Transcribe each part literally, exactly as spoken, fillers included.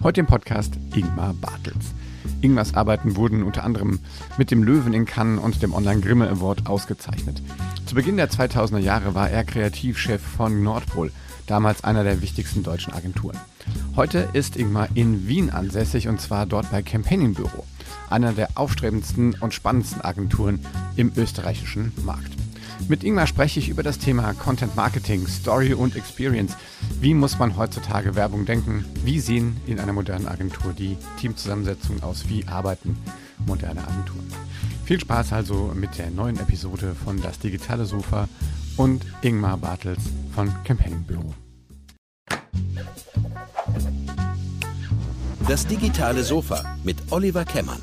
Heute im Podcast Ingmar Bartels. Ingmars Arbeiten wurden unter anderem mit dem Löwen in Cannes und dem Online Grimme Award ausgezeichnet. Zu Beginn der zweitausender Jahre war er Kreativchef von Nordpol, damals einer der wichtigsten deutschen Agenturen. Heute ist Ingmar in Wien ansässig und zwar dort bei Campaigning Bureau, einer der aufstrebendsten und spannendsten Agenturen im österreichischen Markt. Mit Ingmar spreche ich über das Thema Content Marketing, Story und Experience. Wie muss man heutzutage Werbung denken? Wie sehen in einer modernen Agentur die Teamzusammensetzungen aus? Wie arbeiten moderne Agenturen? Viel Spaß also mit der neuen Episode von Das Digitale Sofa und Ingmar Bartels von Campaigning Bureau. Das Digitale Sofa mit Oliver Kemmern.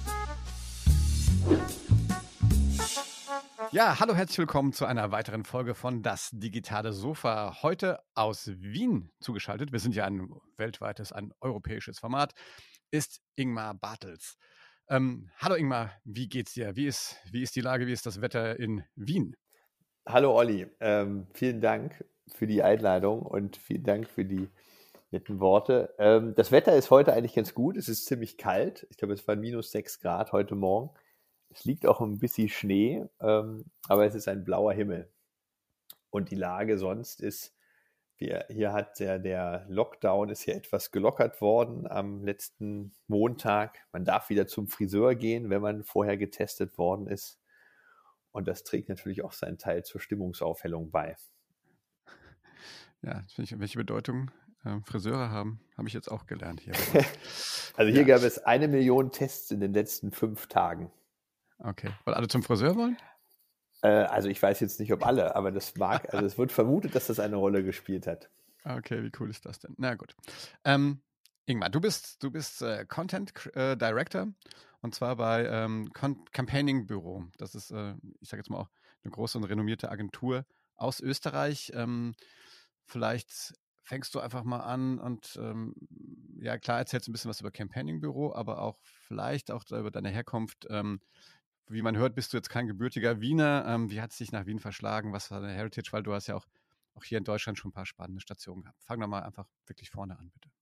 Ja, hallo, herzlich willkommen zu einer weiteren Folge von Das Digitale Sofa. Heute aus Wien zugeschaltet, wir sind ja ein weltweites, ein europäisches Format, ist Ingmar Bartels. Ähm, hallo Ingmar, wie geht's dir? Wie ist, wie ist die Lage, wie ist das Wetter in Wien? Hallo Olli, ähm, vielen Dank für die Einladung und vielen Dank für die netten Worte. Ähm, das Wetter ist heute eigentlich ganz gut, es ist ziemlich kalt. Ich glaube, es waren minus sechs Grad heute Morgen. Es liegt auch ein bisschen Schnee, ähm, aber es ist ein blauer Himmel. Und die Lage sonst ist, wir, hier hat der, der Lockdown ist hier etwas gelockert worden am letzten Montag. Man darf wieder zum Friseur gehen, wenn man vorher getestet worden ist. Und das trägt natürlich auch seinen Teil zur Stimmungsaufhellung bei. Ja, das finde ich, welche Bedeutung äh, Friseure haben, habe ich jetzt auch gelernt hier. Also hier ja. gab es eine Million Tests in den letzten fünf Tagen. Okay, weil alle zum Friseur wollen? Äh, also ich weiß jetzt nicht, ob alle, aber das mag, also es wird vermutet, dass das eine Rolle gespielt hat. Okay, wie cool ist das denn? Na gut. Ähm, Ingmar, du bist, du bist äh, Content äh, Director und zwar bei ähm, Con- Campaigning Bureau. Das ist, äh, ich sage jetzt mal auch, eine große und renommierte Agentur aus Österreich. Ähm, vielleicht fängst du einfach mal an und ähm, ja, klar, erzählst du ein bisschen was über Campaigning Bureau, aber auch vielleicht auch über deine Herkunft. Ähm, wie man hört, bist du jetzt kein gebürtiger Wiener. Ähm, wie hat es dich nach Wien verschlagen? Was war deine Heritage? Weil du hast ja auch, auch hier in Deutschland schon ein paar spannende Stationen gehabt. Fang doch mal einfach wirklich vorne an, bitte.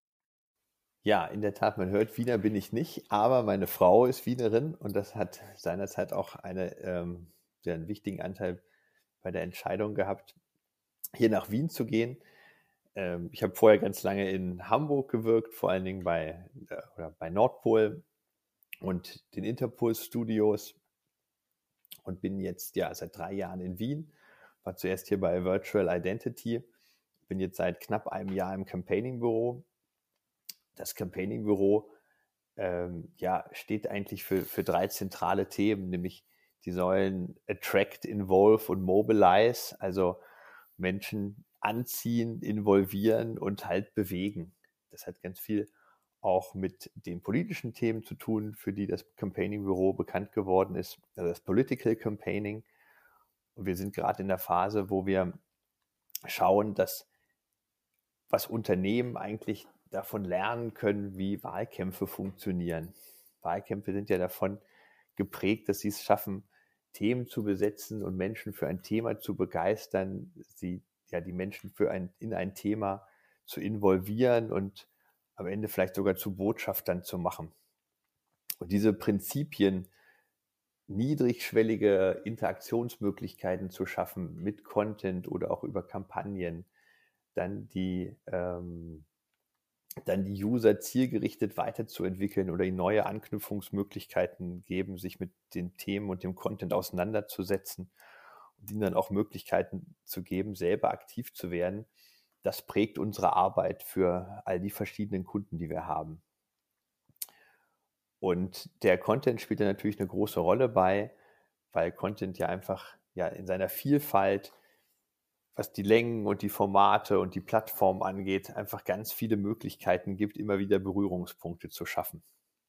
Ja, in der Tat, man hört, Wiener bin ich nicht, aber meine Frau ist Wienerin und das hat seinerzeit auch eine, ähm, sehr einen wichtigen Anteil bei der Entscheidung gehabt, hier nach Wien zu gehen. Ähm, ich habe vorher ganz lange in Hamburg gewirkt, vor allen Dingen bei, äh, oder bei Nordpol und den Interpol Studios und bin jetzt ja seit drei Jahren in Wien. War zuerst hier bei Virtual Identity, bin jetzt seit knapp einem Jahr im Campaigning Büro. Das Campaigning Büro ähm, ja, steht eigentlich für, für drei zentrale Themen, nämlich die sollen Attract, Involve und Mobilize, also Menschen anziehen, involvieren und halt bewegen. Das hat ganz viel auch mit den politischen Themen zu tun, für die das Campaigning Büro bekannt geworden ist, also das Political Campaigning. Und wir sind gerade in der Phase, wo wir schauen, dass was Unternehmen eigentlich davon lernen können, wie Wahlkämpfe funktionieren. Wahlkämpfe sind ja davon geprägt, dass sie es schaffen, Themen zu besetzen und Menschen für ein Thema zu begeistern, sie ja die Menschen für ein, in ein Thema zu involvieren und am Ende vielleicht sogar zu Botschaftern zu machen. Und diese Prinzipien, niedrigschwellige Interaktionsmöglichkeiten zu schaffen mit Content oder auch über Kampagnen, dann die, ähm, dann die User zielgerichtet weiterzuentwickeln oder ihnen neue Anknüpfungsmöglichkeiten geben, sich mit den Themen und dem Content auseinanderzusetzen und ihnen dann auch Möglichkeiten zu geben, selber aktiv zu werden. Das prägt unsere Arbeit für all die verschiedenen Kunden, die wir haben. Und der Content spielt da natürlich eine große Rolle bei, weil Content ja einfach ja in seiner Vielfalt, was die Längen und die Formate und die Plattform angeht, einfach ganz viele Möglichkeiten gibt, immer wieder Berührungspunkte zu schaffen.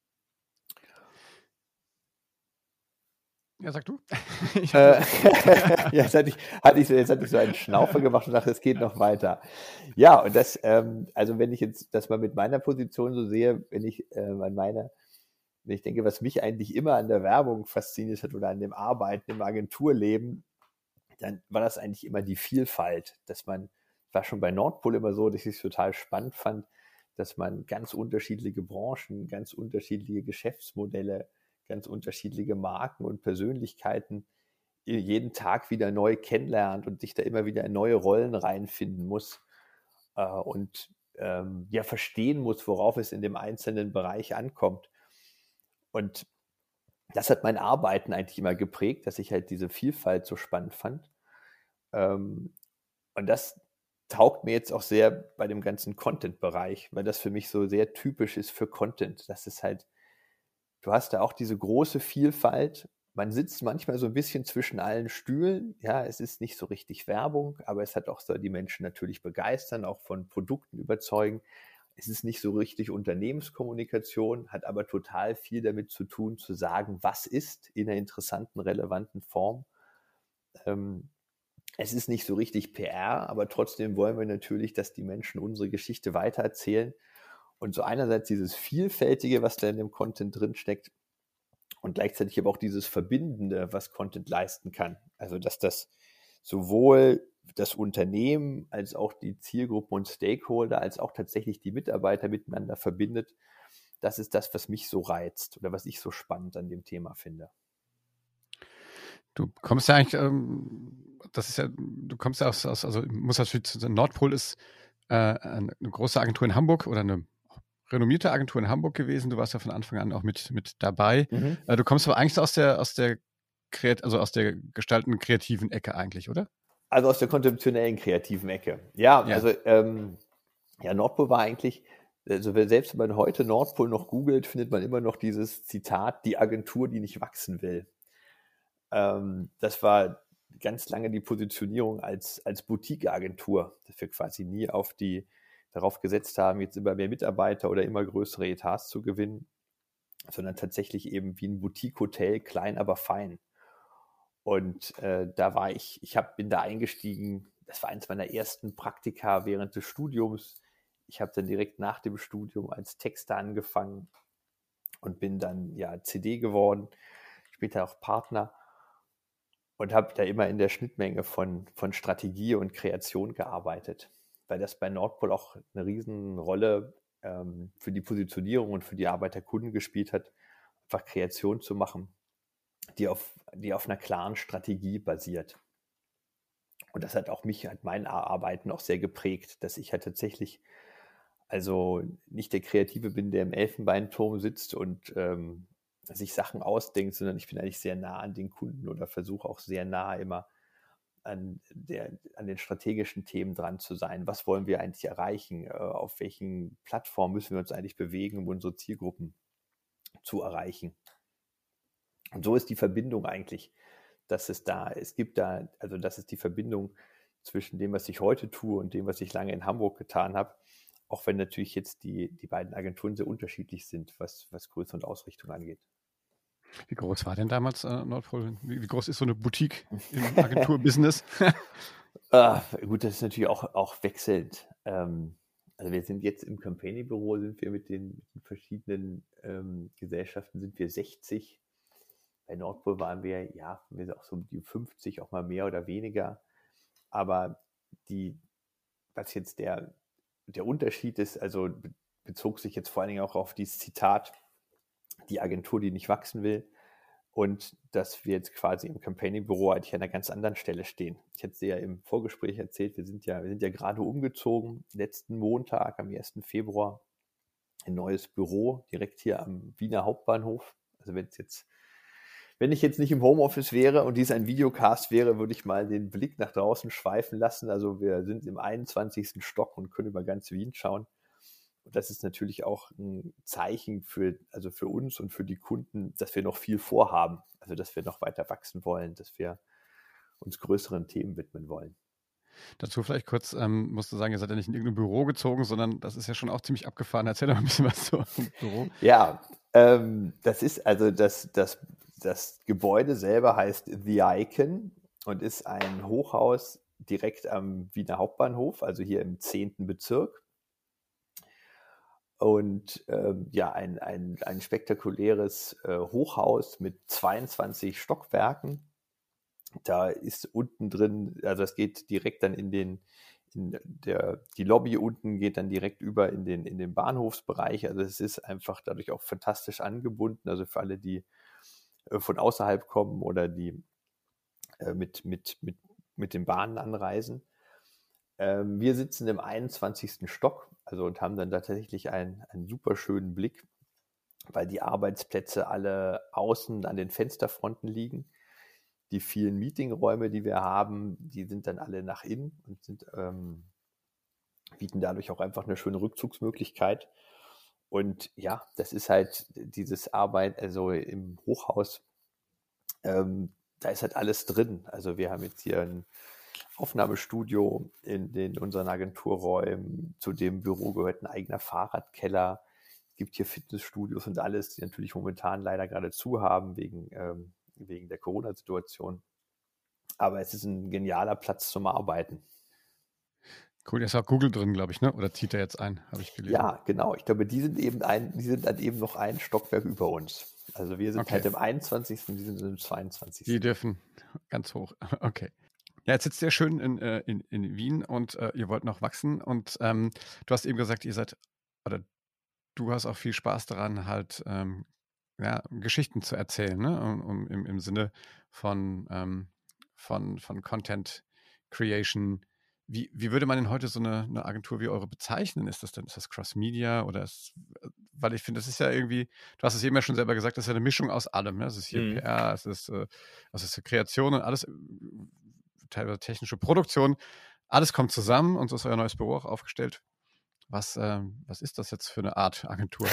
Ja, sag du. äh, ja, jetzt hatte ich, hatte ich so, jetzt hatte ich so einen Schnaufer gemacht und dachte, es geht noch weiter. Ja, und das, ähm, also wenn ich jetzt das mal mit meiner Position so sehe, wenn ich äh, an meiner, wenn ich denke, was mich eigentlich immer an der Werbung fasziniert hat oder an dem Arbeiten im Agenturleben, dann war das eigentlich immer die Vielfalt, dass man, war schon bei Nordpol immer so, dass ich es total spannend fand, dass man ganz unterschiedliche Branchen, ganz unterschiedliche Geschäftsmodelle, ganz unterschiedliche Marken und Persönlichkeiten jeden Tag wieder neu kennenlernt und sich da immer wieder in neue Rollen reinfinden muss äh, und ähm, ja verstehen muss, worauf es in dem einzelnen Bereich ankommt. Und das hat mein Arbeiten eigentlich immer geprägt, dass ich halt diese Vielfalt so spannend fand. Ähm, und das taugt mir jetzt auch sehr bei dem ganzen Content-Bereich, weil das für mich so sehr typisch ist für Content. Das ist halt, du hast da auch diese große Vielfalt. Man sitzt manchmal so ein bisschen zwischen allen Stühlen. Ja, es ist nicht so richtig Werbung, aber es hat auch so die Menschen natürlich begeistern, auch von Produkten überzeugen. Es ist nicht so richtig Unternehmenskommunikation, hat aber total viel damit zu tun, zu sagen, was ist in einer interessanten, relevanten Form. Ähm, es ist nicht so richtig P R, aber trotzdem wollen wir natürlich, dass die Menschen unsere Geschichte weitererzählen. Und so einerseits dieses Vielfältige, was da in dem Content drinsteckt, und gleichzeitig aber auch dieses Verbindende, was Content leisten kann. Also dass das sowohl das Unternehmen als auch die Zielgruppen und Stakeholder, als auch tatsächlich die Mitarbeiter miteinander verbindet. Das ist das, was mich so reizt oder was ich so spannend an dem Thema finde. Du kommst ja eigentlich, ähm, das ist ja, du kommst ja aus, aus also muss natürlich zu Nordpol ist äh, eine große Agentur in Hamburg oder eine renommierte Agentur in Hamburg gewesen. Du warst ja von Anfang an auch mit, mit dabei. Mhm. Äh, du kommst aber eigentlich aus der, aus der Kreat- also aus der gestaltenden kreativen Ecke eigentlich, oder? Also aus der konzeptionellen kreativen Ecke. Ja, ja. also ähm, ja, Nordpol war eigentlich, also selbst wenn man heute Nordpol noch googelt, findet man immer noch dieses Zitat, die Agentur, die nicht wachsen will. Ähm, das war ganz lange die Positionierung als, als Boutique-Agentur, dass wir quasi nie auf die, darauf gesetzt haben, jetzt immer mehr Mitarbeiter oder immer größere Etats zu gewinnen, sondern tatsächlich eben wie ein Boutique-Hotel, klein, aber fein. Und äh, da war ich, ich hab, bin da eingestiegen, das war eins meiner ersten Praktika während des Studiums. Ich habe dann direkt nach dem Studium als Texter angefangen und bin dann ja C D geworden, später auch Partner und habe da immer in der Schnittmenge von, von Strategie und Kreation gearbeitet, weil das bei Nordpol auch eine Riesenrolle ähm, für die Positionierung und für die Arbeit der Kunden gespielt hat, einfach Kreation zu machen, die auf, die auf einer klaren Strategie basiert. Und das hat auch mich, hat mein Arbeiten auch sehr geprägt, dass ich halt tatsächlich also nicht der Kreative bin, der im Elfenbeinturm sitzt und ähm, sich Sachen ausdenkt, sondern ich bin eigentlich sehr nah an den Kunden oder versuche auch sehr nah immer an, der, an den strategischen Themen dran zu sein. Was wollen wir eigentlich erreichen? Auf welchen Plattformen müssen wir uns eigentlich bewegen, um unsere Zielgruppen zu erreichen? Und so ist die Verbindung eigentlich, dass es da, es gibt da, also das ist die Verbindung zwischen dem, was ich heute tue und dem, was ich lange in Hamburg getan habe, auch wenn natürlich jetzt die, die beiden Agenturen sehr unterschiedlich sind, was, was Größe und Ausrichtung angeht. Wie groß war denn damals äh, Nordpol? Wie, wie groß ist so eine Boutique im Agenturbusiness? ah, gut, das ist natürlich auch, auch wechselnd. Ähm, also wir sind jetzt im Campaigning-Büro, sind wir mit den, mit den verschiedenen ähm, Gesellschaften, sind wir sechzig. Bei Nordpol waren wir, ja, wir sind auch so die fünfzig, auch mal mehr oder weniger. Aber die, was jetzt der, der Unterschied ist, also bezog sich jetzt vor allen Dingen auch auf dieses Zitat, die Agentur, die nicht wachsen will, und dass wir jetzt quasi im Campaigning-Büro eigentlich an einer ganz anderen Stelle stehen. Ich hatte es dir ja im Vorgespräch erzählt, wir sind ja, wir sind ja gerade umgezogen, letzten Montag, am ersten Februar, ein neues Büro, direkt hier am Wiener Hauptbahnhof. Also wenn es jetzt, wenn ich jetzt nicht im Homeoffice wäre und dies ein Videocast wäre, würde ich mal den Blick nach draußen schweifen lassen. Also wir sind im einundzwanzigsten Stock und können über ganz Wien schauen. Und das ist natürlich auch ein Zeichen für, also für uns und für die Kunden, dass wir noch viel vorhaben. Also dass wir noch weiter wachsen wollen, dass wir uns größeren Themen widmen wollen. Dazu vielleicht kurz, ähm, musst du sagen, ihr seid ja nicht in irgendein Büro gezogen, sondern das ist ja schon auch ziemlich abgefahren. Erzähl doch ein bisschen was zum Büro. Ja, ähm, das ist also das, das, das Gebäude selber heißt The Icon und ist ein Hochhaus direkt am Wiener Hauptbahnhof, also hier im zehnten Bezirk. Und ähm, ja, ein, ein, ein spektakuläres äh, Hochhaus mit zweiundzwanzig Stockwerken. Da ist unten drin, also es geht direkt dann in den, in der, die Lobby unten geht dann direkt über in den, in den Bahnhofsbereich. Also es ist einfach dadurch auch fantastisch angebunden. Also für alle, die äh, von außerhalb kommen oder die äh, mit, mit, mit, mit den Bahnen anreisen. Ähm, wir sitzen im einundzwanzigsten Stock, also und haben dann da tatsächlich einen, einen super schönen Blick, weil die Arbeitsplätze alle außen an den Fensterfronten liegen. Die vielen Meetingräume, die wir haben, die sind dann alle nach innen und sind, ähm, bieten dadurch auch einfach eine schöne Rückzugsmöglichkeit. Und ja, das ist halt dieses Arbeit, also im Hochhaus, ähm, da ist halt alles drin. Also wir haben jetzt hier ein Aufnahmestudio in den unseren Agenturräumen. Zu dem Büro gehört ein eigener Fahrradkeller. Es gibt hier Fitnessstudios und alles, die natürlich momentan leider gerade zu haben wegen, ähm, wegen der Corona-Situation. Aber es ist ein genialer Platz zum Arbeiten. Cool, da ist auch Google drin, glaube ich, ne? Oder zieht er jetzt ein, habe ich gelesen. Ja, genau. Ich glaube, die sind eben ein, die sind dann eben noch ein Stockwerk über uns. Also wir sind Okay. halt im einundzwanzigsten die sind im zweiundzwanzigsten Die dürfen ganz hoch. Okay. Ja, jetzt sitzt ihr schön in, äh, in, in Wien und äh, ihr wollt noch wachsen. Und ähm, du hast eben gesagt, ihr seid, oder du hast auch viel Spaß daran, halt ähm, ja, Geschichten zu erzählen, ne? Um, um, im, im Sinne von, ähm, von, von Content Creation. Wie, wie würde man denn heute so eine, eine Agentur wie eure bezeichnen? Ist das denn, ist das Cross-Media oder ist, weil ich finde, das ist ja irgendwie, du hast es eben ja schon selber gesagt, das ist ja eine Mischung aus allem. Ne? Es ist hier Mhm. P R, es ist, äh, es ist Kreation und alles, äh, teilweise technische Produktion. Alles kommt zusammen und so ist euer neues Büro auch aufgestellt. Was, ähm, was ist das jetzt für eine Art Agentur?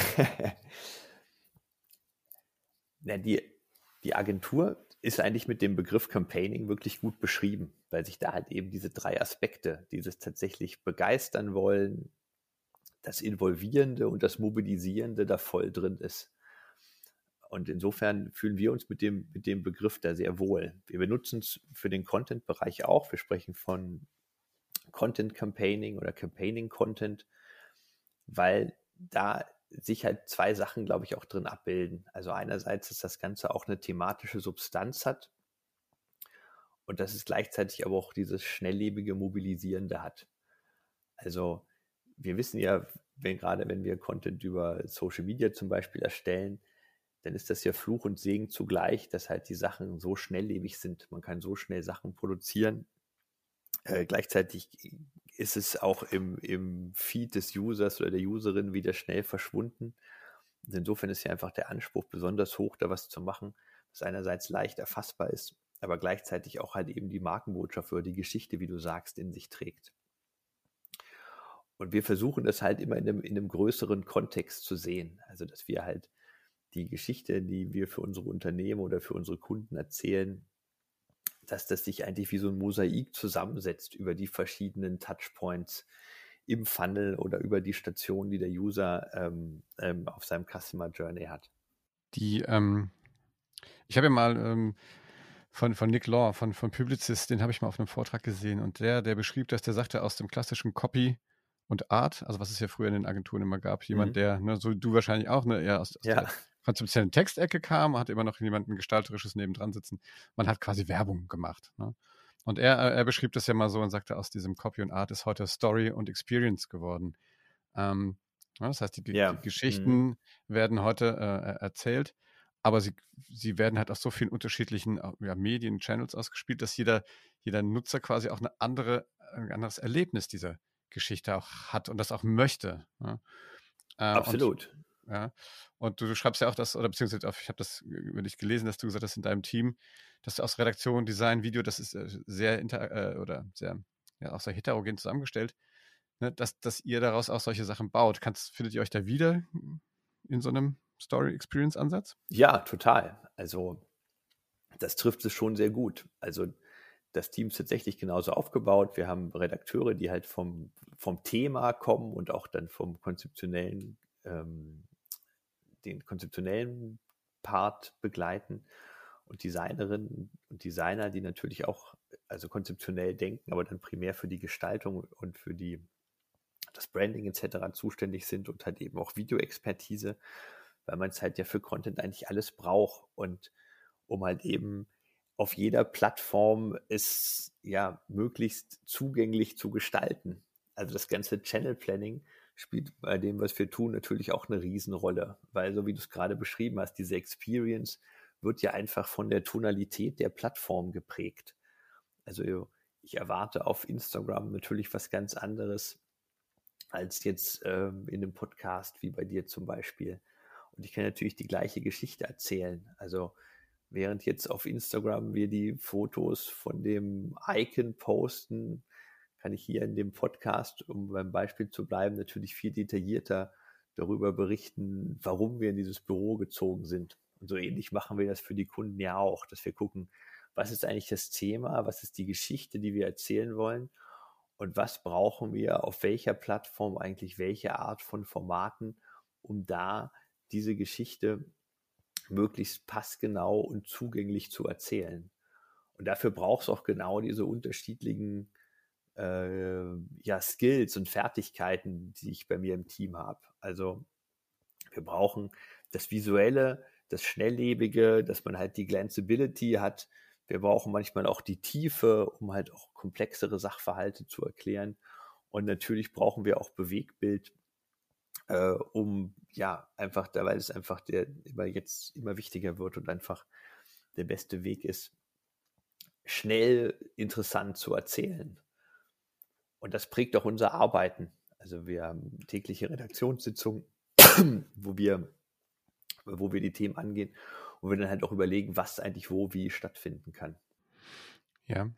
Ja, die, die Agentur ist eigentlich mit dem Begriff Campaigning wirklich gut beschrieben, weil sich da halt eben diese drei Aspekte, dieses tatsächlich begeistern wollen, das Involvierende und das Mobilisierende da voll drin ist. Und insofern fühlen wir uns mit dem, mit dem Begriff da sehr wohl. Wir benutzen es für den Content-Bereich auch. Wir sprechen von Content Campaigning oder Campaigning Content, weil da sich halt zwei Sachen, glaube ich, auch drin abbilden. Also einerseits, dass das Ganze auch eine thematische Substanz hat und dass es gleichzeitig aber auch dieses schnelllebige, mobilisierende hat. Also wir wissen ja, wenn gerade wenn wir Content über Social Media zum Beispiel erstellen, dann ist das ja Fluch und Segen zugleich, dass halt die Sachen so schnelllebig sind. Man kann so schnell Sachen produzieren. Äh, gleichzeitig ist es auch im, im Feed des Users oder der Userin wieder schnell verschwunden. Und insofern ist ja einfach der Anspruch besonders hoch, da was zu machen, was einerseits leicht erfassbar ist, aber gleichzeitig auch halt eben die Markenbotschaft oder die Geschichte, wie du sagst, in sich trägt. Und wir versuchen das halt immer in einem, in einem größeren Kontext zu sehen. Also, dass wir halt die Geschichte, die wir für unsere Unternehmen oder für unsere Kunden erzählen, dass das sich eigentlich wie so ein Mosaik zusammensetzt über die verschiedenen Touchpoints im Funnel oder über die Stationen, die der User ähm, ähm, auf seinem Customer Journey hat. Die, ähm, ich habe ja mal ähm, von, von Nick Law, von, von Publicis, den habe ich mal auf einem Vortrag gesehen und der, der beschrieb das, der sagte aus dem klassischen Copy und Art, also was es ja früher in den Agenturen immer gab, jemand, Mhm. der, ne, so du wahrscheinlich auch, ne, eher aus, aus Ja. der konzeptionellen Textecke kam, hat immer noch jemanden Gestalterisches nebendran sitzen. Man hat quasi Werbung gemacht. Ne? Und er, er beschrieb das ja mal so und sagte, aus diesem Copy und Art ist heute Story und Experience geworden. Ähm, ja, das heißt, die, Ja. die Geschichten Mhm. werden heute äh, erzählt, aber sie, sie werden halt aus so vielen unterschiedlichen ja, Medien, Channels ausgespielt, dass jeder, jeder Nutzer quasi auch eine andere, ein anderes Erlebnis dieser Geschichte auch hat und das auch möchte. Ne? Äh, Absolut. Und, ja, und du, du schreibst ja auch das, oder beziehungsweise ich habe das über dich gelesen, dass du gesagt hast in deinem Team, dass du aus Redaktion, Design, Video, das ist äh, sehr inter, äh, oder sehr, ja, auch sehr heterogen zusammengestellt, ne, dass, dass ihr daraus auch solche Sachen baut. Kannst, findet ihr euch da wieder in so einem Story-Experience-Ansatz? Ja, total. Also das trifft es schon sehr gut. Also das Team ist tatsächlich genauso aufgebaut. Wir haben Redakteure, die halt vom, vom Thema kommen und auch dann vom konzeptionellen, ähm, den konzeptionellen Part begleiten und Designerinnen und Designer, die natürlich auch also konzeptionell denken, aber dann primär für die Gestaltung und für die das Branding et cetera zuständig sind und halt eben auch Videoexpertise, weil man es halt ja für Content eigentlich alles braucht und um halt eben auf jeder Plattform es ja möglichst zugänglich zu gestalten. Also das ganze Channel Planning spielt bei dem, was wir tun, natürlich auch eine Riesenrolle, weil so wie du es gerade beschrieben hast, diese Experience wird ja einfach von der Tonalität der Plattform geprägt. Also ich erwarte auf Instagram natürlich was ganz anderes als jetzt ähm, in einem Podcast wie bei dir zum Beispiel. Und ich kann natürlich die gleiche Geschichte erzählen. Also während jetzt auf Instagram wir die Fotos von dem Icon posten, kann ich hier in dem Podcast, um beim Beispiel zu bleiben, natürlich viel detaillierter darüber berichten, warum wir in dieses Büro gezogen sind. Und so ähnlich machen wir das für die Kunden ja auch, dass wir gucken, was ist eigentlich das Thema, was ist die Geschichte, die wir erzählen wollen und was brauchen wir auf welcher Plattform eigentlich, welche Art von Formaten, um da diese Geschichte möglichst passgenau und zugänglich zu erzählen. Und dafür braucht es auch genau diese unterschiedlichen äh, ja, Skills und Fertigkeiten, die ich bei mir im Team habe. Also wir brauchen das Visuelle, das Schnelllebige, dass man halt die Glanceability hat. Wir brauchen manchmal auch die Tiefe, um halt auch komplexere Sachverhalte zu erklären. Und natürlich brauchen wir auch Bewegbild, äh, um ja einfach, da weil es einfach der immer jetzt immer wichtiger wird und einfach der beste Weg ist, schnell interessant zu erzählen. Und das prägt auch unser Arbeiten. Also wir haben tägliche Redaktionssitzungen, wo wir, wo wir die Themen angehen und wir dann halt auch überlegen, was eigentlich wo, wie stattfinden kann. Ja.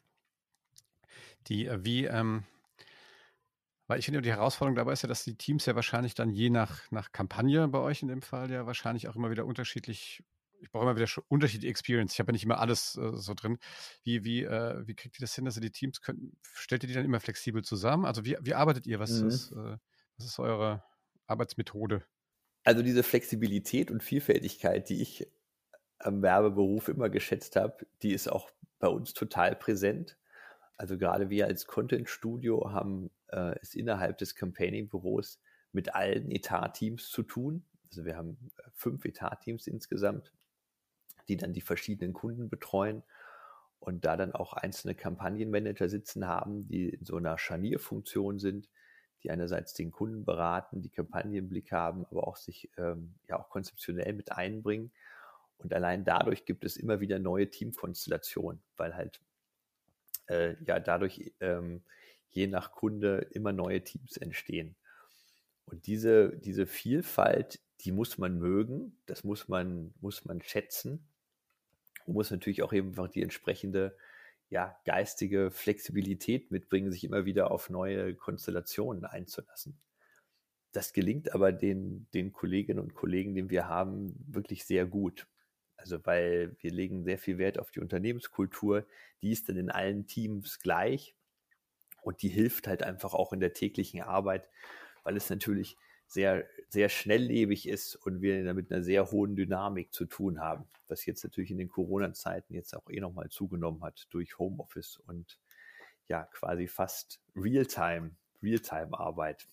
Die, äh, wie, ähm, weil ich finde, die Herausforderung dabei ist ja, dass die Teams ja wahrscheinlich dann je nach, nach Kampagne bei euch in dem Fall ja wahrscheinlich auch immer wieder unterschiedlich, ich brauche immer wieder schon unterschiedliche Experience. Ich habe ja nicht immer alles äh, so drin. Wie, wie, äh, wie kriegt ihr das hin, dass ihr die Teams könnt, stellt ihr die dann immer flexibel zusammen? Also wie, wie arbeitet ihr? Was, Mhm. ist, äh, was ist eure Arbeitsmethode? Also diese Flexibilität und Vielfältigkeit, die ich am Werbeberuf immer geschätzt habe, die ist auch bei uns total präsent. Also gerade wir als Content-Studio haben äh, es innerhalb des Campaigning-Büros mit allen Etat-Teams zu tun. Also wir haben äh, fünf Etat-Teams insgesamt, die dann die verschiedenen Kunden betreuen und da dann auch einzelne Kampagnenmanager sitzen haben, die in so einer Scharnierfunktion sind, die einerseits den Kunden beraten, die Kampagne im Blick haben, aber auch sich ähm, ja auch konzeptionell mit einbringen. Und allein dadurch gibt es immer wieder neue Teamkonstellationen, weil halt äh, ja dadurch ähm, je nach Kunde immer neue Teams entstehen. Und diese, diese Vielfalt, die muss man mögen, das muss man, muss man schätzen und muss natürlich auch eben einfach die entsprechende ja, geistige Flexibilität mitbringen, sich immer wieder auf neue Konstellationen einzulassen. Das gelingt aber den, den Kolleginnen und Kollegen, den wir haben, wirklich sehr gut. Also weil wir legen sehr viel Wert auf die Unternehmenskultur, die ist dann in allen Teams gleich und die hilft halt einfach auch in der täglichen Arbeit, weil es natürlich sehr, sehr schnelllebig ist und wir mit einer sehr hohen Dynamik zu tun haben, was jetzt natürlich in den Corona-Zeiten jetzt auch eh nochmal zugenommen hat durch Homeoffice und ja quasi fast Realtime, Realtime-Arbeit.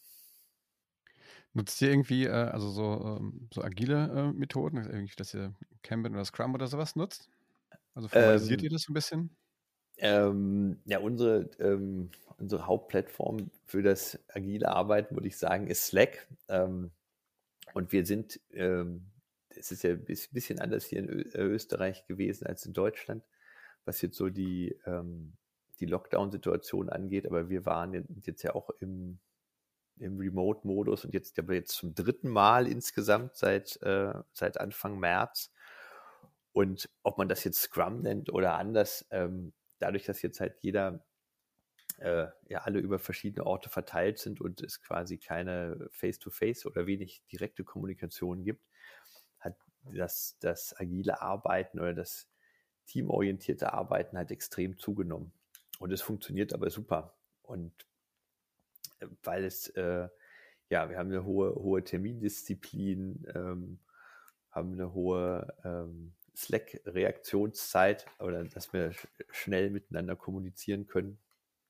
Nutzt ihr irgendwie äh, also so, ähm, so agile äh, Methoden, irgendwie, dass ihr Kanban oder Scrum oder sowas nutzt? Also formalisiert Ähm, ihr das so ein bisschen? Ähm, ja, unsere, ähm, unsere Hauptplattform für das agile Arbeiten, würde ich sagen, ist Slack. Ähm, und wir sind, ähm, es ist ja ein bisschen anders hier in Ö Österreich gewesen als in Deutschland, was jetzt so die, ähm, die Lockdown-Situation angeht. Aber wir waren jetzt ja auch im, im Remote-Modus und jetzt aber jetzt zum dritten Mal insgesamt seit, äh, seit Anfang März. Und ob man das jetzt Scrum nennt oder anders, ähm, dadurch, dass jetzt halt jeder, äh, ja, alle über verschiedene Orte verteilt sind und es quasi keine Face-to-Face oder wenig direkte Kommunikation gibt, hat das, das agile Arbeiten oder das teamorientierte Arbeiten halt extrem zugenommen. Und es funktioniert aber super. Und äh, weil es, äh, ja, wir haben eine hohe, hohe Termindisziplin, ähm, haben eine hohe ähm, Slack-Reaktionszeit oder dass wir sch- schnell miteinander kommunizieren können.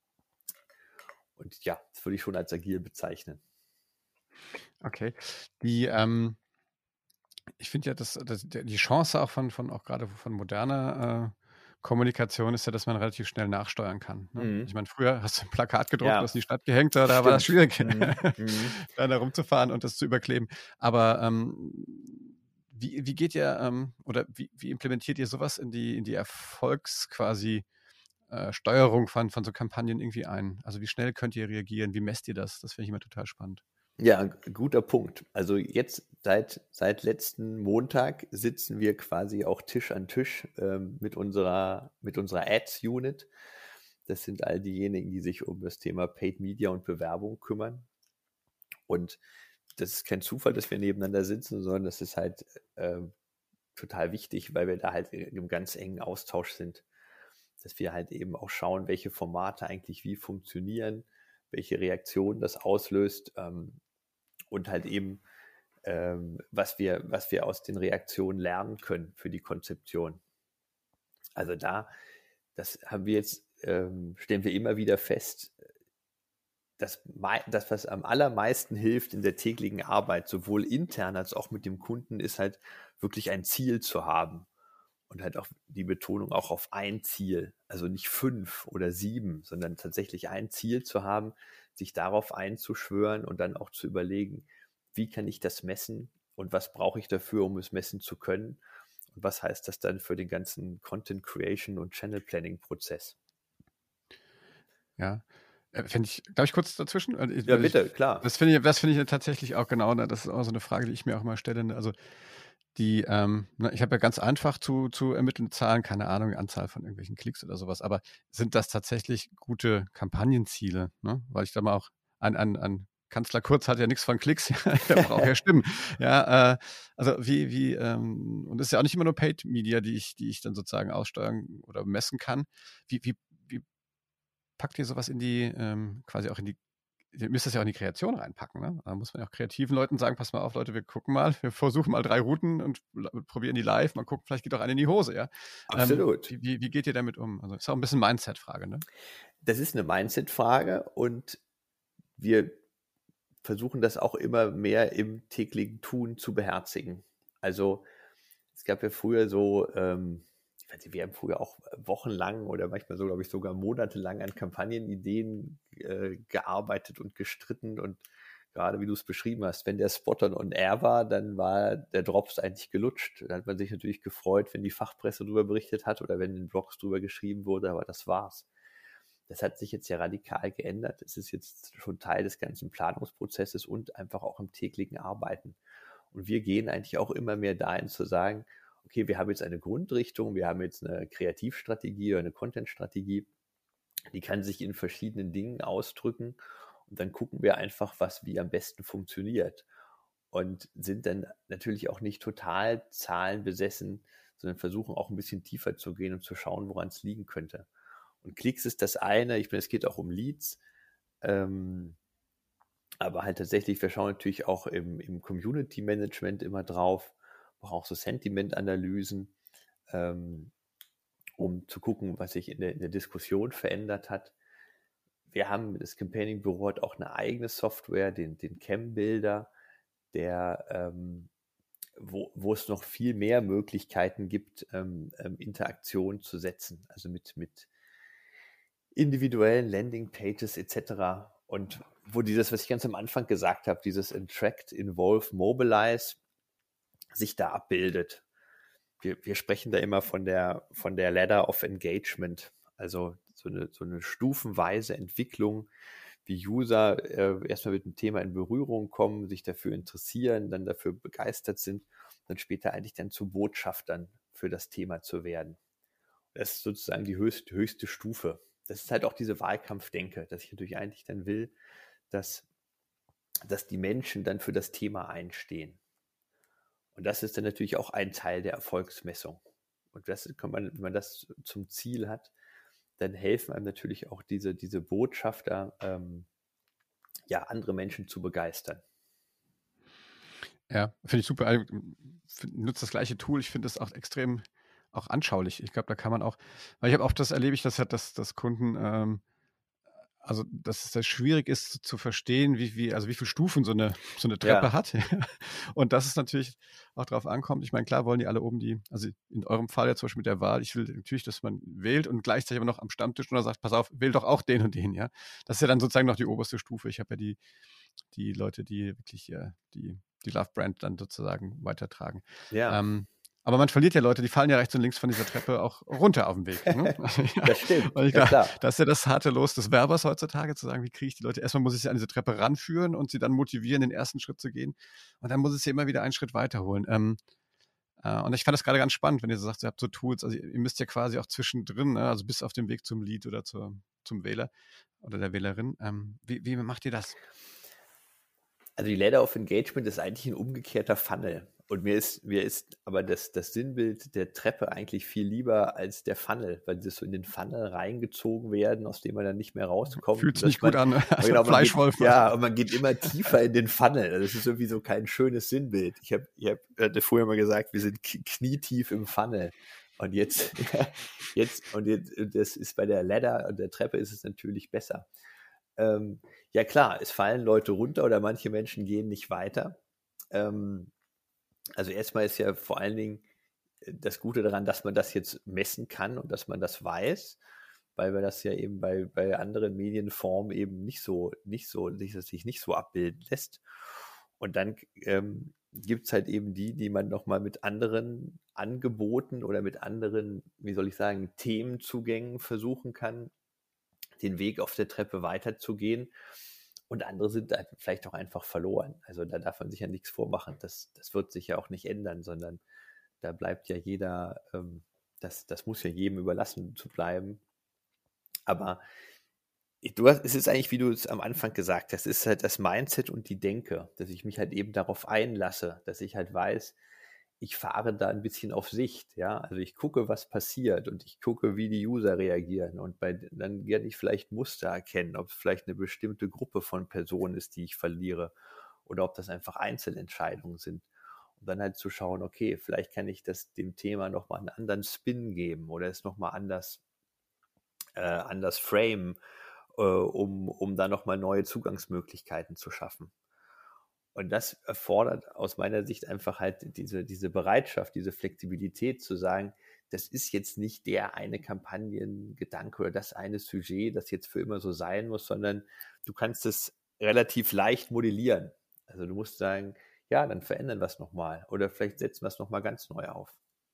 Und ja, das würde ich schon als agil bezeichnen. Okay. Die, ähm, ich finde ja, dass, dass die Chance auch von, von auch gerade von moderner, äh, Kommunikation ist ja, dass man relativ schnell nachsteuern kann. Ne? Mhm. Ich meine, früher hast du ein Plakat gedruckt, Ja. hast in die Stadt gehängt, da war das Stimmt. schwierig, Mhm. Mhm. da rumzufahren und das zu überkleben. Aber ähm, wie, wie geht ihr ähm, oder wie, wie implementiert ihr sowas in die, in die Erfolgs quasi äh, Steuerung von, von so Kampagnen irgendwie ein? Also wie schnell könnt ihr reagieren? Wie messt ihr das? Das finde ich immer total spannend. Ja, g- guter Punkt. Also jetzt seit, seit letzten Montag sitzen wir quasi auch Tisch an Tisch ähm, mit unserer, mit unserer Ads-Unit. Das sind all diejenigen, die sich um das Thema Paid Media und Bewerbung kümmern. Und das ist kein Zufall, dass wir nebeneinander sitzen, sondern das ist halt ähm, total wichtig, weil wir da halt in einem ganz engen Austausch sind. Dass wir halt eben auch schauen, welche Formate eigentlich wie funktionieren, welche Reaktionen das auslöst ähm, und halt eben, ähm, was wir, was wir aus den Reaktionen lernen können für die Konzeption. Also da, das haben wir jetzt, ähm, stellen wir immer wieder fest, das, mei- das, was am allermeisten hilft in der täglichen Arbeit, sowohl intern als auch mit dem Kunden, ist halt wirklich ein Ziel zu haben. Und halt auch die Betonung auch auf ein Ziel, also nicht fünf oder sieben, sondern tatsächlich ein Ziel zu haben, sich darauf einzuschwören und dann auch zu überlegen, wie kann ich das messen und was brauche ich dafür, um es messen zu können und was heißt das dann für den ganzen Content Creation und Channel Planning Prozess. Ja. Äh, Finde ich, darf ich kurz dazwischen? Weil ich, Ja, weil ich, bitte, klar. das finde ich, das finde ich tatsächlich auch genau, ne? Das ist auch so eine Frage, die ich mir auch mal stelle. Ne? Also die, ähm, ne, ich habe ja ganz einfach zu, zu ermitteln Zahlen, keine Ahnung, Anzahl von irgendwelchen Klicks oder sowas, aber sind das tatsächlich gute Kampagnenziele? Ne? Weil ich da mal auch an, an, an Kanzler Kurz hat ja nichts von Klicks, der braucht ja Stimmen. Ja, äh, also wie, wie, ähm, und es ist ja auch nicht immer nur Paid Media, die ich, die ich dann sozusagen aussteuern oder messen kann. Wie, wie, wie packt ihr sowas in die, ähm, quasi auch in die, ihr müsst das ja auch in die Kreation reinpacken, ne? Da muss man ja auch kreativen Leuten sagen, pass mal auf, Leute, wir gucken mal, wir versuchen mal drei Routen und l- probieren die live, mal gucken, vielleicht geht auch eine in die Hose, ja. Ähm, Absolut. wie, wie, wie geht ihr damit um? Also ist auch ein bisschen Mindset-Frage, ne? Das ist eine Mindset-Frage und wir versuchen das auch immer mehr im täglichen Tun zu beherzigen. Also es gab ja früher so, ähm, ich weiß nicht, wir haben früher auch wochenlang oder manchmal so, glaube ich, sogar monatelang an Kampagnenideen äh, gearbeitet und gestritten und gerade wie du es beschrieben hast, wenn der Spot on on air war, dann war der Drops eigentlich gelutscht. Da hat man sich natürlich gefreut, wenn die Fachpresse darüber berichtet hat oder wenn in den Blogs darüber geschrieben wurde, aber das war's. Das hat sich jetzt ja radikal geändert. Es ist jetzt schon Teil des ganzen Planungsprozesses und einfach auch im täglichen Arbeiten. Und wir gehen eigentlich auch immer mehr dahin zu sagen, okay, wir haben jetzt eine Grundrichtung, wir haben jetzt eine Kreativstrategie oder eine Contentstrategie, die kann sich in verschiedenen Dingen ausdrücken und dann gucken wir einfach, was wie am besten funktioniert und sind dann natürlich auch nicht total zahlenbesessen, sondern versuchen auch ein bisschen tiefer zu gehen und zu schauen, woran es liegen könnte. Und Klicks ist das eine, ich meine, es geht auch um Leads, ähm, aber halt tatsächlich, wir schauen natürlich auch im, im Community Management immer drauf, auch so Sentiment-Analysen, ähm, um zu gucken, was sich in der, in der Diskussion verändert hat. Wir haben, das Campaigning-Büro hat auch eine eigene Software, den, den Cam-Builder, der, ähm, wo, wo es noch viel mehr Möglichkeiten gibt, ähm, ähm, Interaktion zu setzen, also mit, mit individuellen Landing-Pages et cetera. Und wo dieses, was ich ganz am Anfang gesagt habe, dieses Interact, Involve, Mobilize, sich da abbildet. Wir, wir sprechen da immer von der, von der Ladder of Engagement, also so eine, so eine stufenweise Entwicklung, wie User äh, erstmal mit dem Thema in Berührung kommen, sich dafür interessieren, dann dafür begeistert sind, dann später eigentlich dann zu Botschaftern für das Thema zu werden. Das ist sozusagen die höchste, höchste Stufe. Das ist halt auch diese Wahlkampfdenke, dass ich natürlich eigentlich dann will, dass, dass die Menschen dann für das Thema einstehen. Und das ist dann natürlich auch ein Teil der Erfolgsmessung. Und das kann man, wenn man das zum Ziel hat, dann helfen einem natürlich auch diese, diese Botschafter, ähm, ja, andere Menschen zu begeistern. Ja, finde ich super. Also, nutzt das gleiche Tool. Ich finde das auch extrem auch anschaulich. Ich glaube, da kann man auch, weil ich habe oft das erlebe ich das halt, dass, dass Kunden ähm, also dass es sehr schwierig ist zu verstehen, wie, wie, also wie viele Stufen so eine, so eine Treppe Ja, hat. Und dass es natürlich auch darauf ankommt. Ich meine, klar wollen die alle oben die, also in eurem Fall ja zum Beispiel mit der Wahl, ich will natürlich, dass man wählt und gleichzeitig aber noch am Stammtisch oder sagt, pass auf, wähl doch auch den und den, ja. Das ist ja dann sozusagen noch die oberste Stufe. Ich habe ja die, die Leute, die wirklich äh, die, die Love-Brand dann sozusagen weitertragen. ja, Ähm, aber man verliert ja Leute, die fallen ja rechts und links von dieser Treppe auch runter auf dem Weg. Ne? Also, ja. das stimmt. Und ich Ja, glaube, klar. das ist ja das harte Los des Werbers heutzutage, zu sagen, wie kriege ich die Leute, erstmal muss ich sie an diese Treppe ranführen und sie dann motivieren, den ersten Schritt zu gehen. Und dann muss ich sie immer wieder einen Schritt weiterholen. Ähm, äh, und ich fand das gerade ganz spannend, wenn ihr so sagt, ihr habt so Tools, also ihr müsst ja quasi auch zwischendrin, ne, also bis auf dem Weg zum Lead oder zur, zum Wähler oder der Wählerin. Ähm, wie, wie macht ihr das? Also die Ladder of Engagement ist eigentlich ein umgekehrter Funnel. Und mir ist, mir ist aber das, das Sinnbild der Treppe eigentlich viel lieber als der Funnel, weil sie so in den Funnel reingezogen werden, aus dem man dann nicht mehr rauskommt. Fühlt sich Dass nicht gut man, an, also genau, man Fleischwolf. geht, ja, und man geht immer tiefer in den Funnel. Also das ist irgendwie so kein schönes Sinnbild. Ich habe ich hab, hatte vorher mal gesagt, wir sind knietief im Funnel. Und jetzt, jetzt, und jetzt, das ist bei der Ladder und der Treppe ist es natürlich besser. Ähm, ja klar, es fallen Leute runter oder manche Menschen gehen nicht weiter. Ähm, also erstmal ist ja vor allen Dingen das Gute daran, dass man das jetzt messen kann und dass man das weiß, weil wir das ja eben bei, bei anderen Medienformen eben nicht so, nicht so, sich nicht so abbilden lässt. Und dann ähm, gibt es halt eben die, die man nochmal mit anderen Angeboten oder mit anderen, wie soll ich sagen, Themenzugängen versuchen kann, den Weg auf der Treppe weiterzugehen. Und andere sind dann vielleicht auch einfach verloren. Also da darf man sich ja nichts vormachen. Das, das wird sich ja auch nicht ändern, sondern da bleibt ja jeder, ähm, das, das muss ja jedem überlassen zu bleiben. Aber du hast, es ist eigentlich, wie du es am Anfang gesagt hast, es ist halt das Mindset und die Denke, dass ich mich halt eben darauf einlasse, dass ich halt weiß, ich fahre da ein bisschen auf Sicht, ja, also ich gucke, was passiert und ich gucke, wie die User reagieren und bei, dann werde ich vielleicht Muster erkennen, ob es vielleicht eine bestimmte Gruppe von Personen ist, die ich verliere oder ob das einfach Einzelentscheidungen sind und dann halt zu schauen, okay, vielleicht kann ich das dem Thema nochmal einen anderen Spin geben oder es nochmal anders, äh, anders framen, äh, um, um da nochmal neue Zugangsmöglichkeiten zu schaffen. Und das erfordert aus meiner Sicht einfach halt diese, diese Bereitschaft, diese Flexibilität zu sagen, das ist jetzt nicht der eine Kampagnengedanke oder das eine Sujet, das jetzt für immer so sein muss, sondern du kannst es relativ leicht modellieren. Also du musst sagen, ja, dann verändern wir es nochmal oder vielleicht setzen wir es nochmal ganz neu auf.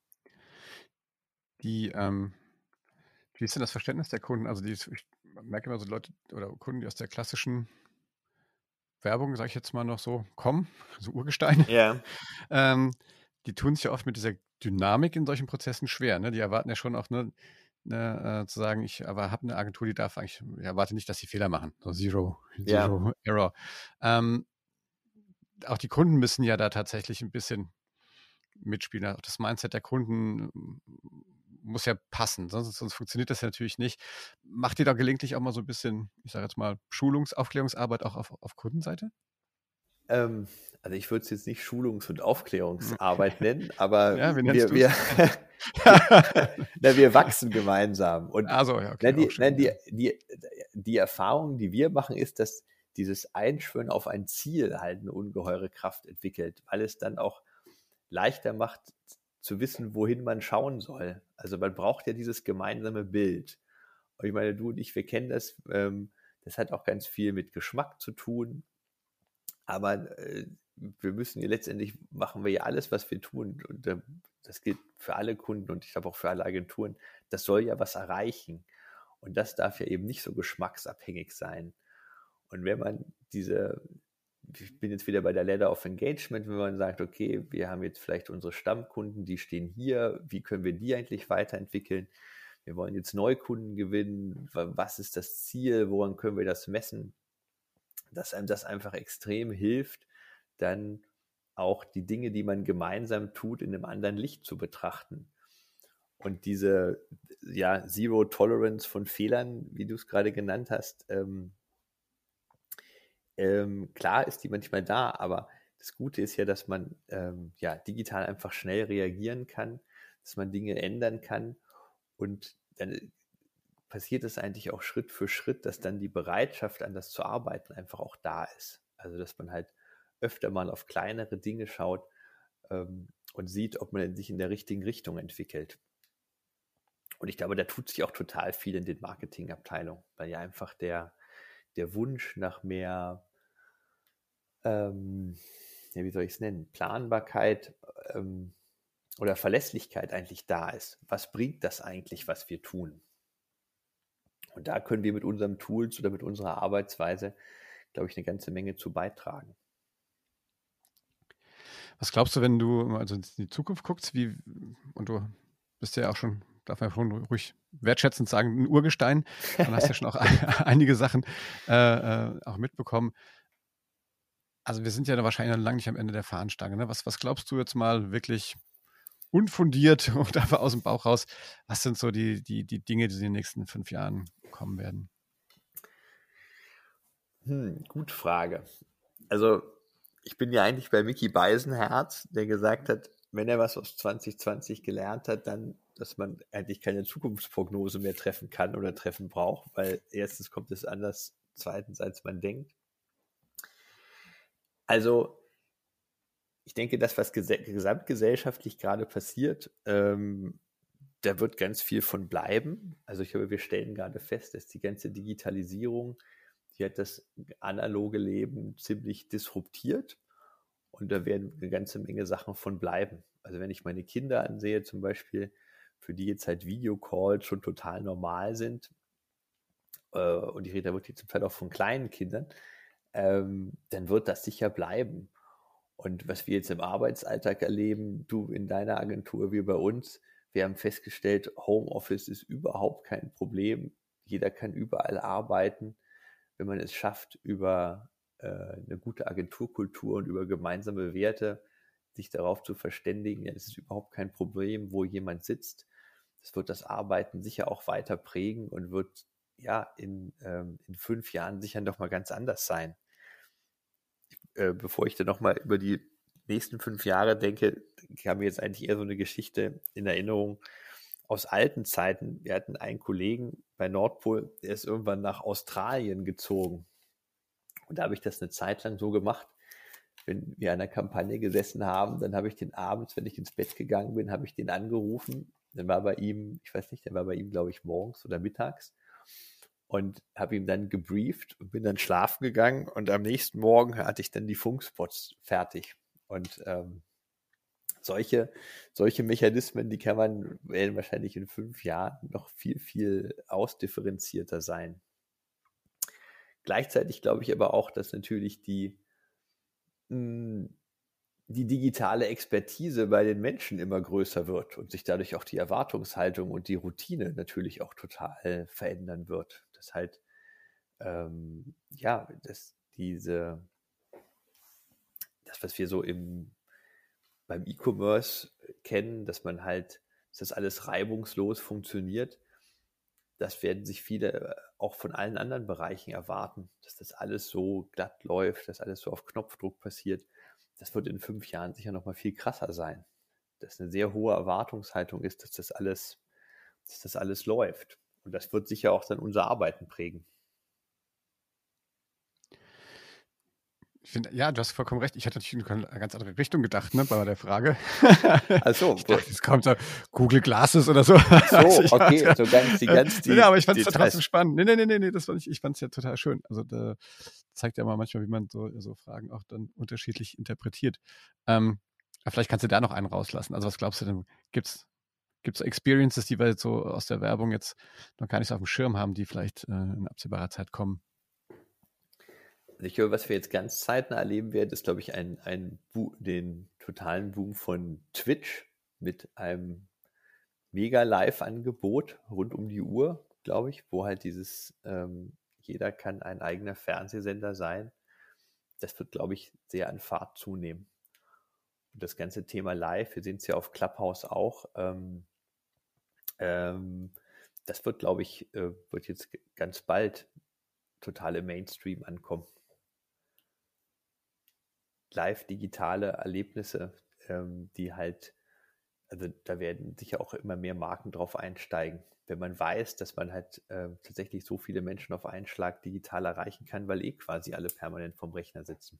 Die, ähm, wie ist denn das Verständnis der Kunden? Also die, ich merke immer so Leute oder Kunden, die aus der klassischen Werbung, sage ich jetzt mal noch so, kommen, so Urgesteine, Ja. ähm, die tun sich ja oft mit dieser Dynamik in solchen Prozessen schwer. Ne? Die erwarten ja schon auch, ne, ne, äh, zu sagen, ich aber habe eine Agentur, die darf eigentlich, ich erwarte nicht, dass sie Fehler machen. So Zero, Zero Ja. Error. Ähm, auch die Kunden müssen ja da tatsächlich ein bisschen mitspielen. Auch das Mindset der Kunden muss ja passen, sonst, sonst funktioniert das ja natürlich nicht. Macht ihr da gelegentlich auch mal so ein bisschen, ich sage jetzt mal, Schulungs-, Aufklärungsarbeit auch auf, auf Kundenseite? Ähm, also ich würde es jetzt nicht Schulungs- und Aufklärungsarbeit nennen, aber Ja, wie wir, nennst wir, du's? na, wir wachsen gemeinsam. Und Also, ja, na, okay, die, auch na, schön, die, ja. die, die Erfahrung, die wir machen, ist, dass dieses Einschwören auf ein Ziel halt eine ungeheure Kraft entwickelt, weil es dann auch leichter macht, zu wissen, wohin man schauen soll. Also man braucht ja dieses gemeinsame Bild. Und ich meine, du und ich, wir kennen das, ähm, das hat auch ganz viel mit Geschmack zu tun. Aber äh, wir müssen ja letztendlich, machen wir ja alles, was wir tun. Und äh, das gilt für alle Kunden und ich glaube auch für alle Agenturen. Das soll ja was erreichen. Und das darf ja eben nicht so geschmacksabhängig sein. Und wenn man diese, ich bin jetzt wieder bei der Ladder of Engagement, wenn man sagt, okay, wir haben jetzt vielleicht unsere Stammkunden, die stehen hier, wie können wir die eigentlich weiterentwickeln? Wir wollen jetzt Neukunden gewinnen. Was ist das Ziel? Woran können wir das messen? Dass einem das einfach extrem hilft, dann auch die Dinge, die man gemeinsam tut, in einem anderen Licht zu betrachten. Und diese ja, Zero Tolerance von Fehlern, wie du es gerade genannt hast, ähm, ähm, klar ist die manchmal da, aber das Gute ist ja, dass man ähm, ja, digital einfach schnell reagieren kann, dass man Dinge ändern kann und dann passiert es eigentlich auch Schritt für Schritt, dass dann die Bereitschaft, an das zu arbeiten, einfach auch da ist. Also dass man halt öfter mal auf kleinere Dinge schaut ähm, und sieht, ob man sich in der richtigen Richtung entwickelt. Und ich glaube, da tut sich auch total viel in den Marketingabteilungen, weil ja einfach der, der Wunsch nach mehr, ähm, ja, wie soll ich es nennen, Planbarkeit ähm, oder Verlässlichkeit eigentlich da ist. Was bringt das eigentlich, was wir tun? Und da können wir mit unseren Tools oder mit unserer Arbeitsweise, glaube ich, eine ganze Menge zu beitragen. Was glaubst du, wenn du also in die Zukunft guckst, wie, und du bist ja auch schon, darf man ja schon ruhig wertschätzend sagen, ein Urgestein, und hast ja schon auch einige Sachen äh, äh, auch mitbekommen. Also wir sind ja da wahrscheinlich noch lange nicht am Ende der Fahnenstange. Ne? Was, was glaubst du jetzt mal wirklich unfundiert und einfach aus dem Bauch raus, was sind so die, die, die Dinge, die in den nächsten fünf Jahren kommen werden? Hm, gute Frage. Also ich bin ja eigentlich bei Micky Beisenherz, der gesagt hat, wenn er was aus zwanzig zwanzig gelernt hat, dann, dass man eigentlich keine Zukunftsprognose mehr treffen kann oder treffen braucht, weil erstens kommt es anders, zweitens als man denkt. Also ich denke, das, was ges- gesamtgesellschaftlich gerade passiert, ähm, da wird ganz viel von bleiben. Also ich glaube, wir stellen gerade fest, dass die ganze Digitalisierung, die hat das analoge Leben ziemlich disruptiert. Und da werden eine ganze Menge Sachen von bleiben. Also wenn ich meine Kinder ansehe zum Beispiel, für die jetzt halt Videocalls schon total normal sind, äh, und ich rede da wirklich zum Teil auch von kleinen Kindern, ähm, dann wird das sicher bleiben. Und was wir jetzt im Arbeitsalltag erleben, du in deiner Agentur, wir bei uns, wir haben festgestellt, Homeoffice ist überhaupt kein Problem. Jeder kann überall arbeiten, wenn man es schafft, über äh, eine gute Agenturkultur und über gemeinsame Werte sich darauf zu verständigen. Ja, das ist überhaupt kein Problem, wo jemand sitzt. Das wird das Arbeiten sicher auch weiter prägen und wird ja in, ähm, in fünf Jahren sicher noch mal ganz anders sein. Äh, bevor ich dann nochmal über die nächsten fünf Jahre denke, kam mir jetzt eigentlich eher so eine Geschichte in Erinnerung aus alten Zeiten. Wir hatten einen Kollegen bei Nordpol, der ist irgendwann nach Australien gezogen. Und da habe ich das eine Zeit lang so gemacht, wenn wir an einer Kampagne gesessen haben, dann habe ich den abends, wenn ich ins Bett gegangen bin, habe ich den angerufen. Dann war bei ihm, ich weiß nicht, der war bei ihm, glaube ich, morgens oder mittags. Und habe ihm dann gebrieft und bin dann schlafen gegangen. Und am nächsten Morgen hatte ich dann die Funkspots fertig. Und ähm, solche, solche Mechanismen, die kann man, werden wahrscheinlich in fünf Jahren noch viel, viel ausdifferenzierter sein. Gleichzeitig glaube ich aber auch, dass natürlich die, mh, die digitale Expertise bei den Menschen immer größer wird und sich dadurch auch die Erwartungshaltung und die Routine natürlich auch total verändern wird. Das halt, ähm, ja, dass diese, das, was wir so im, beim E-Commerce kennen, dass man halt, dass das alles reibungslos funktioniert, das werden sich viele auch von allen anderen Bereichen erwarten, dass das alles so glatt läuft, dass alles so auf Knopfdruck passiert. Das wird in fünf Jahren sicher noch mal viel krasser sein. Dass eine sehr hohe Erwartungshaltung ist, dass das alles, dass das alles läuft. Und das wird sicher auch dann unser Arbeiten prägen. Ich finde, ja, du hast vollkommen recht. Ich hatte natürlich in eine ganz andere Richtung gedacht, ne, bei der Frage. Also, ich dachte, jetzt kommt so Google Glasses oder so. So, also okay, hatte, so ganz die ganz die. Ja, aber ich fand es ja Details. trotzdem spannend. Nee, nee, nee, nee, nee, das fand ich, ich fand es ja total schön. Also da zeigt ja mal manchmal, wie man so, so Fragen auch dann unterschiedlich interpretiert. Ähm, aber vielleicht kannst du da noch einen rauslassen. Also was glaubst du denn, gibt's Gibt es Experiences, die wir jetzt so aus der Werbung jetzt noch gar nicht so auf dem Schirm haben, die vielleicht äh, in absehbarer Zeit kommen? Ich glaube, was wir jetzt ganz zeitnah erleben werden, ist, glaube ich, ein, ein Bo- den totalen Boom von Twitch mit einem mega Live-Angebot rund um die Uhr, glaube ich, wo halt dieses, ähm, jeder kann ein eigener Fernsehsender sein. Das wird, glaube ich, sehr an Fahrt zunehmen. Und das ganze Thema Live, wir sehen es ja auf Clubhouse auch, ähm, ähm, das wird, glaube ich, äh, wird jetzt ganz bald total im Mainstream ankommen. Live-digitale Erlebnisse, ähm, die halt, also da werden sicher auch immer mehr Marken drauf einsteigen, wenn man weiß, dass man halt äh, tatsächlich so viele Menschen auf einen Schlag digital erreichen kann, weil eh quasi alle permanent vorm Rechner sitzen.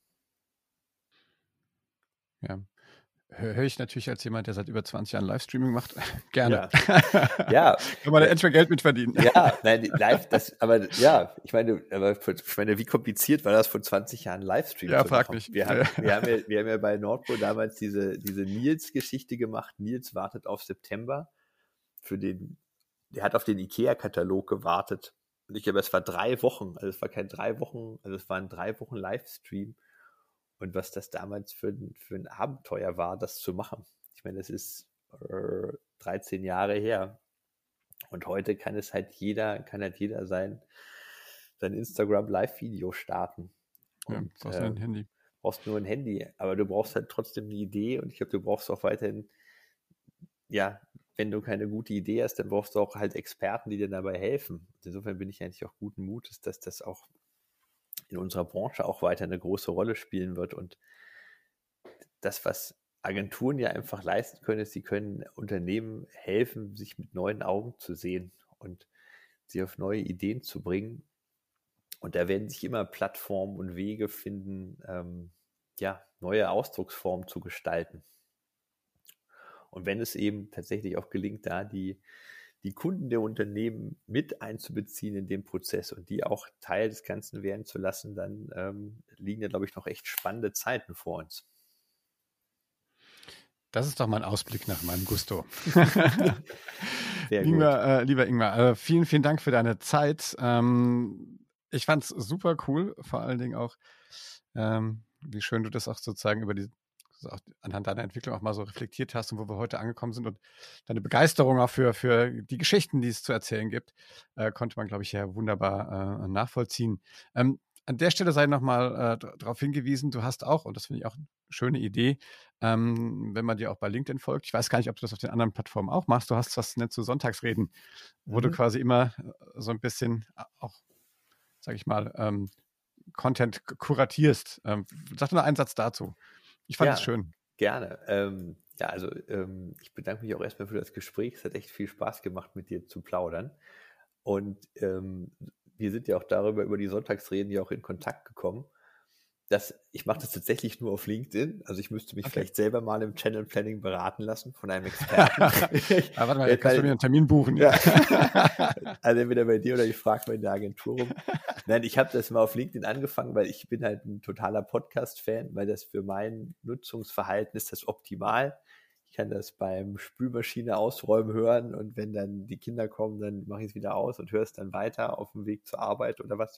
Ja. Höre ich natürlich als jemand, der seit über zwanzig Jahren Livestreaming macht, gerne. Ja. ja. Kann man da endlich mal Geld mit verdienen. Ja, nein, live, das, aber ja, ich meine, aber ich meine, wie kompliziert war das vor zwanzig Jahren Livestream ja, zu frag machen? mich. Wir haben, wir haben ja, wir haben ja bei Nordpol damals diese, diese Nils-Geschichte gemacht. Nils wartet auf September für den, der hat auf den IKEA-Katalog gewartet. Und ich glaube, es war drei Wochen, also es war kein drei Wochen, also es waren drei Wochen Livestream. Und was das damals für, für ein Abenteuer war, das zu machen. Ich meine, das ist äh, dreizehn Jahre her. Und heute kann es halt jeder, kann halt jeder sein, sein Instagram-Live-Video starten. Ja, und, brauchst nur ein Handy. Brauchst nur ein Handy, aber du brauchst halt trotzdem eine Idee und ich glaube, du brauchst auch weiterhin, ja, wenn du keine gute Idee hast, dann brauchst du auch halt Experten, die dir dabei helfen. Insofern bin ich eigentlich auch guten Mutes, dass das auch in unserer Branche auch weiter eine große Rolle spielen wird. Und das, was Agenturen ja einfach leisten können, ist, sie können Unternehmen helfen, sich mit neuen Augen zu sehen und sie auf neue Ideen zu bringen. Und da werden sich immer Plattformen und Wege finden, ähm, ja, neue Ausdrucksformen zu gestalten. Und wenn es eben tatsächlich auch gelingt, da die die Kunden der Unternehmen mit einzubeziehen in den Prozess und die auch Teil des Ganzen werden zu lassen, dann ähm, liegen da, glaube ich, noch echt spannende Zeiten vor uns. Das ist doch mal ein Ausblick nach meinem Gusto. Sehr Ingmar, äh, lieber Ingmar, äh, vielen, vielen Dank für deine Zeit. Ähm, ich fand es super cool, vor allen Dingen auch, ähm, wie schön du das auch sozusagen über die auch anhand deiner Entwicklung auch mal so reflektiert hast und wo wir heute angekommen sind und deine Begeisterung auch für, für die Geschichten, die es zu erzählen gibt, äh, konnte man, glaube ich, ja wunderbar äh, nachvollziehen. Ähm, an der Stelle sei nochmal äh, darauf hingewiesen, du hast auch, und das finde ich auch eine schöne Idee, ähm, wenn man dir auch bei LinkedIn folgt, ich weiß gar nicht, ob du das auf den anderen Plattformen auch machst, du hast was nennst du Sonntagsreden, wo mhm. du quasi immer so ein bisschen auch, sage ich mal, ähm, Content kuratierst. Ähm, sag nur einen Satz dazu. Ich fand es ja, schön. Gerne. Ähm, ja, also ähm, ich bedanke mich auch erstmal für das Gespräch. Es hat echt viel Spaß gemacht, mit dir zu plaudern. Und ähm, wir sind ja auch darüber, über die Sonntagsreden ja auch in Kontakt gekommen. Das, ich mache das tatsächlich nur auf LinkedIn. Also ich müsste mich okay. vielleicht selber mal im Channel Planning beraten lassen von einem Experten. Aber warte mal, da kannst du mir einen Termin buchen. Ja. Also entweder bei dir oder ich frage mal in der Agentur rum. Nein, ich habe das mal auf LinkedIn angefangen, weil ich bin halt ein totaler Podcast-Fan, weil das für mein Nutzungsverhalten ist das optimal. Ich kann das beim Spülmaschine ausräumen hören und wenn dann die Kinder kommen, dann mache ich es wieder aus und höre es dann weiter auf dem Weg zur Arbeit oder was.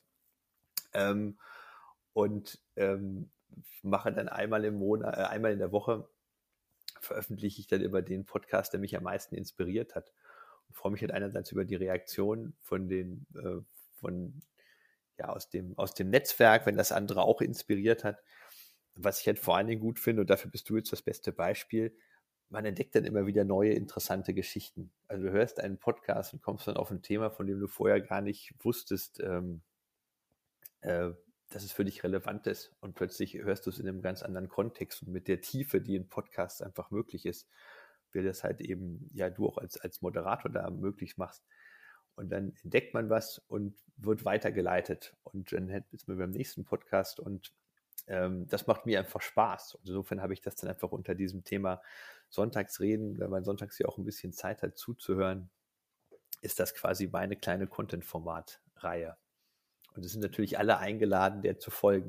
Ähm, und ähm, mache dann einmal im Monat, äh, einmal in der Woche veröffentliche ich dann über den Podcast, der mich am meisten inspiriert hat. Und freue mich halt einerseits über die Reaktion von den, äh, von, ja, aus dem, aus dem Netzwerk, wenn das andere auch inspiriert hat. Was ich halt vor allen Dingen gut finde, und dafür bist du jetzt das beste Beispiel, man entdeckt dann immer wieder neue, interessante Geschichten. Also du hörst einen Podcast und kommst dann auf ein Thema, von dem du vorher gar nicht wusstest, ähm, äh, dass es für dich relevant ist und plötzlich hörst du es in einem ganz anderen Kontext und mit der Tiefe, die in Podcasts einfach möglich ist, weil das halt eben, ja, du auch als, als Moderator da möglich machst. Und dann entdeckt man was und wird weitergeleitet und dann ist man beim nächsten Podcast und ähm, das macht mir einfach Spaß. Und insofern habe ich das dann einfach unter diesem Thema Sonntagsreden, wenn man sonntags ja auch ein bisschen Zeit hat zuzuhören, ist das quasi meine kleine Content-Format-Reihe. Und es sind natürlich alle eingeladen, der zu folgen.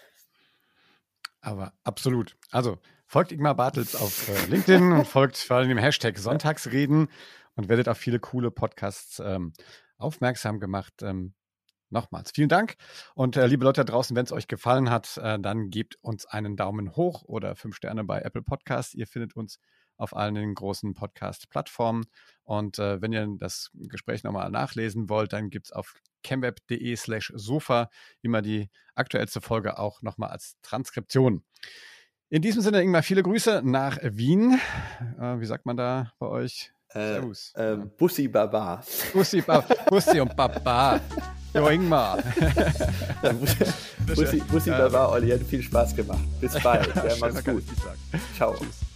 Aber absolut. Also folgt Ingmar Bartels auf äh, LinkedIn und folgt vor allem dem Hashtag Sonntagsreden und werdet auf viele coole Podcasts ähm, aufmerksam gemacht. Ähm, nochmals vielen Dank. Und äh, liebe Leute da draußen, wenn es euch gefallen hat, äh, dann gebt uns einen Daumen hoch oder fünf Sterne bei Apple Podcasts. Ihr findet uns auf allen den großen Podcast-Plattformen. Und äh, wenn ihr das Gespräch nochmal nachlesen wollt, dann gibt es auf chemweb.de slash sofa immer die aktuellste Folge auch nochmal als Transkription. In diesem Sinne, Ingmar, viele Grüße nach Wien. Äh, wie sagt man da bei euch? Äh, Servus. Äh, Bussi Baba. Bussi, ba- Bussi und Baba. Jo, Ingmar. Bussi, Bussi Baba, Olli, hat viel Spaß gemacht. Bis bald. Ja, mach's gut. Ciao. Tschüss.